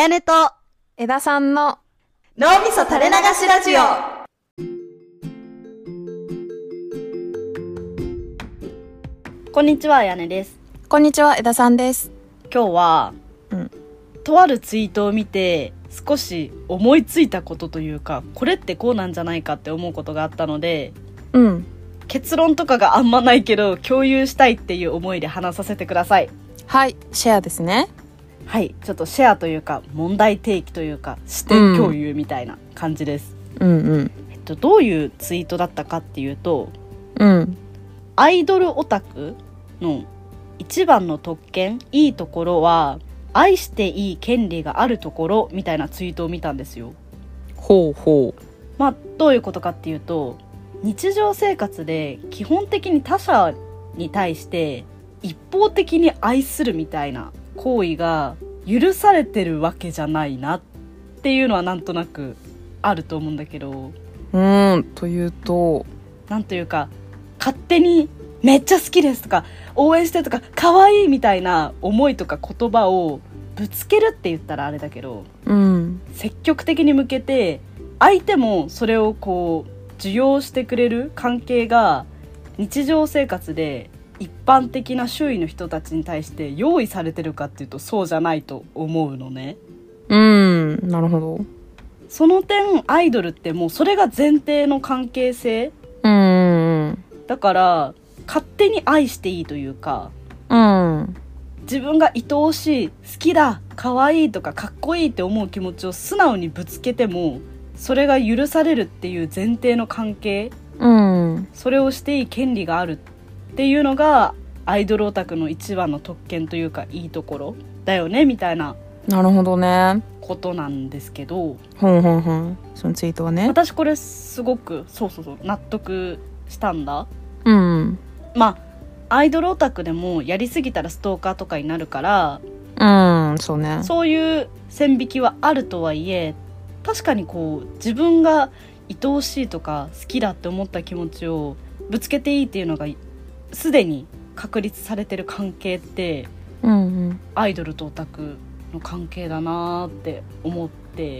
やねと枝さんの脳みそ垂れ流しラジオ。こんにちは、あやねです。 こんにちは、枝さんです。 今日は、とあるツイートを見て少し思いついたことというか、これってこうなんじゃないかって思うことがあったので、結論とかがあんまないけど共有したいっていう思いで話させてください。 はい、シェアですね。 はい、ちょっとシェアというか問題提起というか視点共有みたいな感じです。どういうツイートだったかっていうと、アイドルオタクの一番の特権、いいところは愛していい権利があるところみたいなツイートを見たんですよ。 ほうほう。 まあどういうことかっていうと、日常生活で基本的に他者に対して一方的に愛するみたいな行為が許されてるわけじゃないなっていうのはなんとなくあると思うんだけど、 というと、 なんというか勝手にめっちゃ好きですとか応援してとか可愛いみたいな思いとか言葉をぶつけるって言ったらあれだけど、積極的に向けて相手もそれをこう受容してくれる関係が日常生活で一般的な周囲の人たちに対して用意されてるかっていうとそうじゃないと思うのね。 なるほど。 その点アイドルってもうそれが前提の関係性だから勝手に愛していいというか、自分が愛おしい、好きだ、可愛いとかかっこいいって思う気持ちを素直にぶつけてもそれが許されるっていう前提の関係、それをしていい権利があるっていうのがアイドルオタクの一番の特権というかいいところだよねみたいな。 なるほどね。 ことなんですけど、 そのツイートはね、 私これすごく納得したんだ。まあアイドルオタクでもやりすぎたらストーカーとかになるから、 そうね、 そういう線引きはあるとはいえ、確かにこう自分が愛おしいとか好きだって思った気持ちをぶつけていいっていうのがすでに確立されてる関係って、アイドルとオタクの関係だなって思って、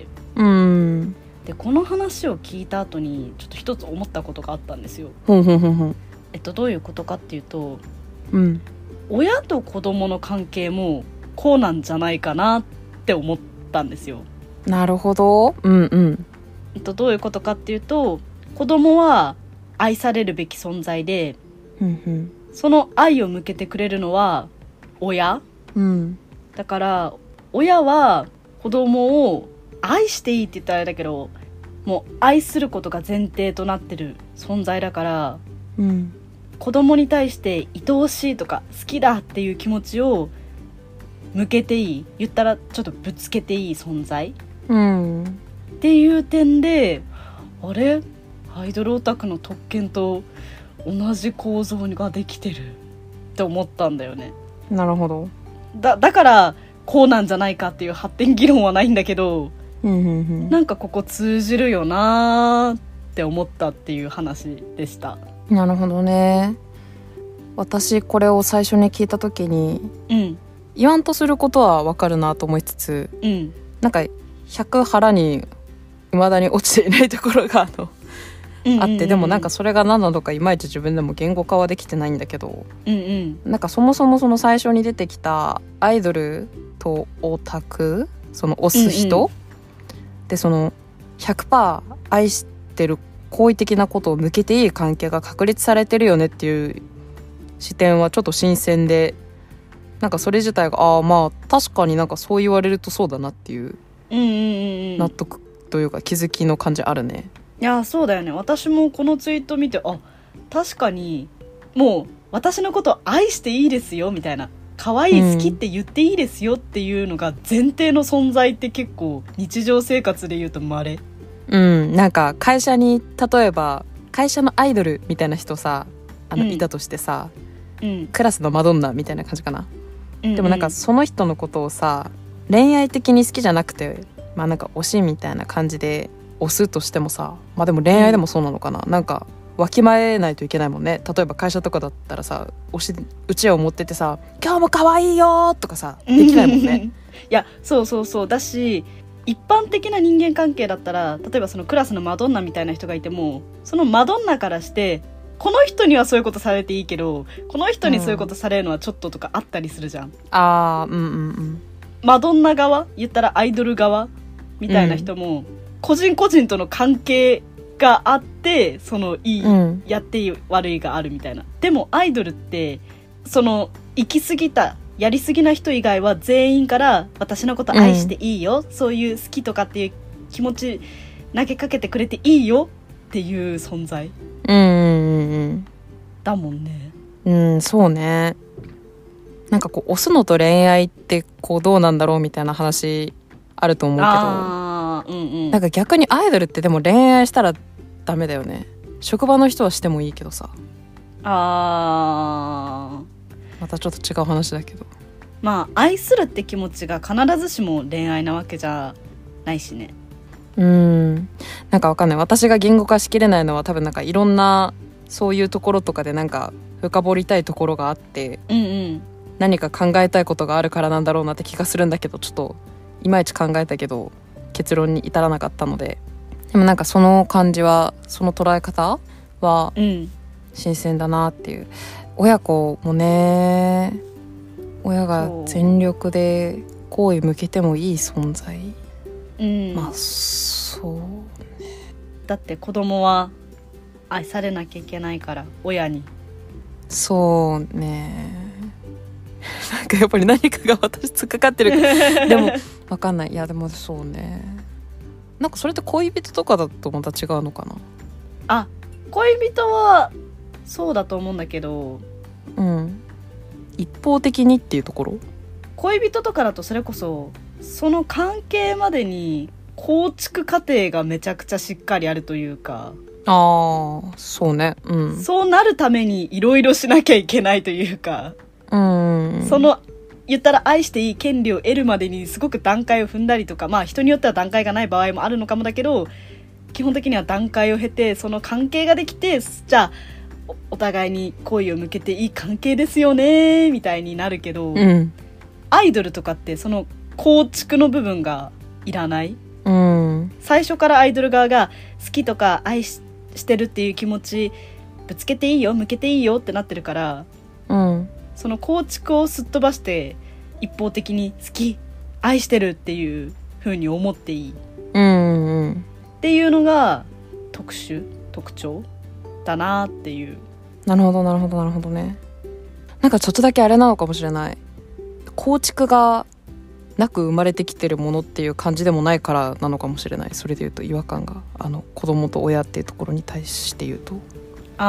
でこの話を聞いた後にちょっと一つ思ったことがあったんですよ。どういうことかっていうと、親と子供の関係もこうなんじゃないかなって思ったんですよ。 なるほど。 どういうことかっていうと、子供は愛されるべき存在で、その愛を向けてくれるのは親、だから親は子供を愛していいって言ったらあれだけど、もう愛することが前提となってる存在だから、子供に対して愛おしいとか好きだっていう気持ちを向けていい、言ったらちょっとぶつけていい存在、っていう点で、あれアイドルオタクの特権と同じ構造ができてるって思ったんだよね。 なるほど。 だからこうなんじゃないかっていう発展議論はないんだけど、なんかここ通じるよなって思ったっていう話でした。 なるほどね。私これを最初に聞いた時に、言わんとすることは分かるなと思いつつ、なんか100腹に未だに落ちていないところがあって、でもなんかそれが何なのかいまいち自分でも言語化はできてないんだけど、なんかそもそもその最初に出てきたアイドルとオタク、その推す人、でその 100% 愛してる好意的なことを向けていい関係が確立されてるよねっていう視点はちょっと新鮮で、なんかそれ自体がまあ確かになんかそう言われるとそうだなっていう納得というか気づきの感じあるね。 いやそうだよね。私もこのツイート見て、確かにもう私のこと愛していいですよみたいな、可愛い好きって言っていいですよっていうのが前提の存在って結構日常生活で言うと稀。 なんか会社に例えば会社のアイドルみたいな人さ、いたとしてさ、クラスのマドンナみたいな感じかな、でもなんかその人のことをさ恋愛的に好きじゃなくて、なんか推しみたいな感じで推すとしてもさ、でも恋愛でもそうなのかな、なんかわきまえないといけないもんね。例えば会社とかだったらさ、うちわを持っててさ、今日も可愛いよとかさできないもんね。 やそうそうそうだし、一般的な人間関係だったら、例えばそのクラスのマドンナみたいな人がいても、そのマドンナからしてこの人にはそういうことされていいけど、この人にそういうことされるのはちょっととかあったりするじゃん。 ああ、うんうんうん。 マドンナ側、言ったらアイドル側みたいな人も、個人個人との関係があって、そのいい、やっていい悪いがあるみたいな。でもアイドルってその行き過ぎたやりすぎな人以外は全員から私のこと愛していいよ、そういう好きとかっていう気持ち投げかけてくれていいよっていう存在だもんね。 そうね。なんかこう押すのと恋愛ってこうどうなんだろうみたいな話あると思うけど、なんか逆にアイドルってでも恋愛したらダメだよね。職場の人はしてもいいけどさ。またちょっと違う話だけど、 まあ愛するって気持ちが必ずしも恋愛なわけじゃないしね。 なんかわかんない。私が言語化しきれないのは多分なんかいろんなそういうところとかでなんか深掘りたいところがあって、何か考えたいことがあるからなんだろうなって気がするんだけど、ちょっといまいち考えたけど結論に至らなかったので、でもなんかその感じは、その捉え方は新鮮だなっていう。親子もね、親が全力で好意向けてもいい存在、まあそうね。 だって子供は愛されなきゃいけないから、親に。 そうね。なんかやっぱり何かが私突っかかってるでも分かんない。いやでもそうね、なんかそれって恋人とかだとまた違うのかな。 あ、恋人はそうだと思うんだけど、 一方的にっていうところ。 恋人とかだとそれこそその関係までに構築過程がめちゃくちゃしっかりあるというか、 そうね、 そうなるためにいろいろしなきゃいけないというか、その言ったら愛していい権利を得るまでにすごく段階を踏んだりとか、まあ人によっては段階がない場合もあるのかもだけど、基本的には段階を経てその関係ができて、じゃあ お互いに好意を向けていい関係ですよねみたいになるけど、アイドルとかってその構築の部分がいらない、最初からアイドル側が好きとか愛してるっていう気持ちぶつけていいよ向けていいよってなってるから、その構築をすっ飛ばして一方的に好き愛してるっていう風に思っていい、っていうのが特徴だなっていう。 なるほどなるほどなるほどね。なんかちょっとだけあれなのかもしれない。構築がなく生まれてきてるものっていう感じでもないからなのかもしれない。それでいうと違和感が、子供と親っていうところに対して言うと、 そ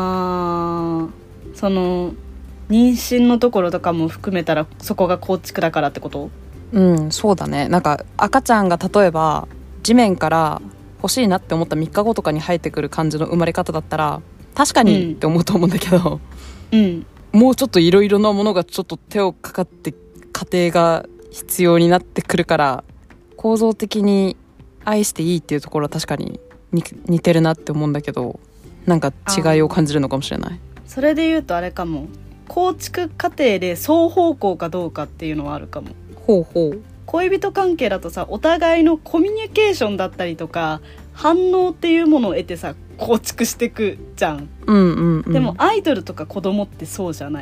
の妊娠のところとかも含めたらそこが構築だからってこと？ そうだね。なんか赤ちゃんが例えば地面から欲しいなって思った3日後とかに生えてくる感じの生まれ方だったら確かにって思うと思うんだけど、もうちょっといろいろなものがちょっと手をかかって過程が必要になってくるから、構造的に愛していいっていうところは確かに似てるなって思うんだけど、なんか違いを感じるのかもしれない。 それで言うとあれかも、構築過程で双方向かどうかっていうのはあるかも。恋人関係だとさ、お互いのコミュニケーションだったりとか反応っていうものを得てさ構築していくじゃん。でもアイドルとか子供ってそうじゃない。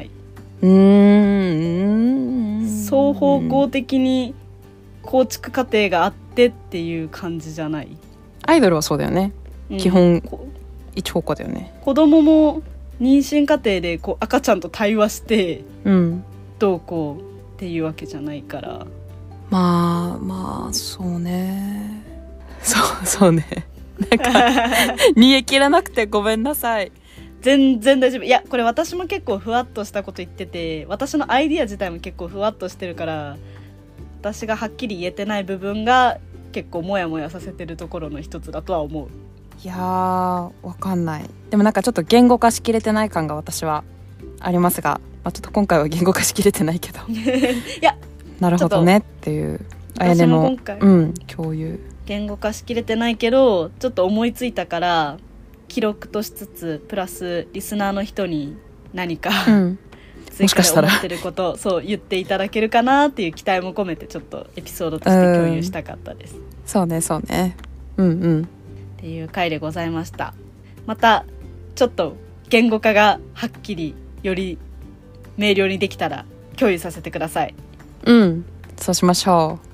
双方向的に構築過程があってっていう感じじゃない。 アイドルはそうだよね、基本一方向だよね。 子供も妊娠過程でこう赤ちゃんと対話して、どうこうっていうわけじゃないから。 まあそうね。そうね。なんか煮え切らなくてごめんなさい。 全然大丈夫。いやこれ私も結構ふわっとしたこと言ってて、私のアイディア自体も結構ふわっとしてるから、私がはっきり言えてない部分が結構モヤモヤさせてるところの一つだとは思う。 いやーわかんない。でもなんかちょっと言語化しきれてない感が私はありますが、ちょっと今回は言語化しきれてないけどいやなるほどねっていうあやねの今回、 共有。 言語化しきれてないけどちょっと思いついたから記録としつつプラスリスナーの人に何か、 追加で思ってることそう言っていただけるかなっていう期待も込めてちょっとエピソードとして共有したかったです。 そうねそうね、うんうん、 っていう回でございました。またちょっと言語化がはっきりより明瞭にできたら共有させてください。 うん、そうしましょう。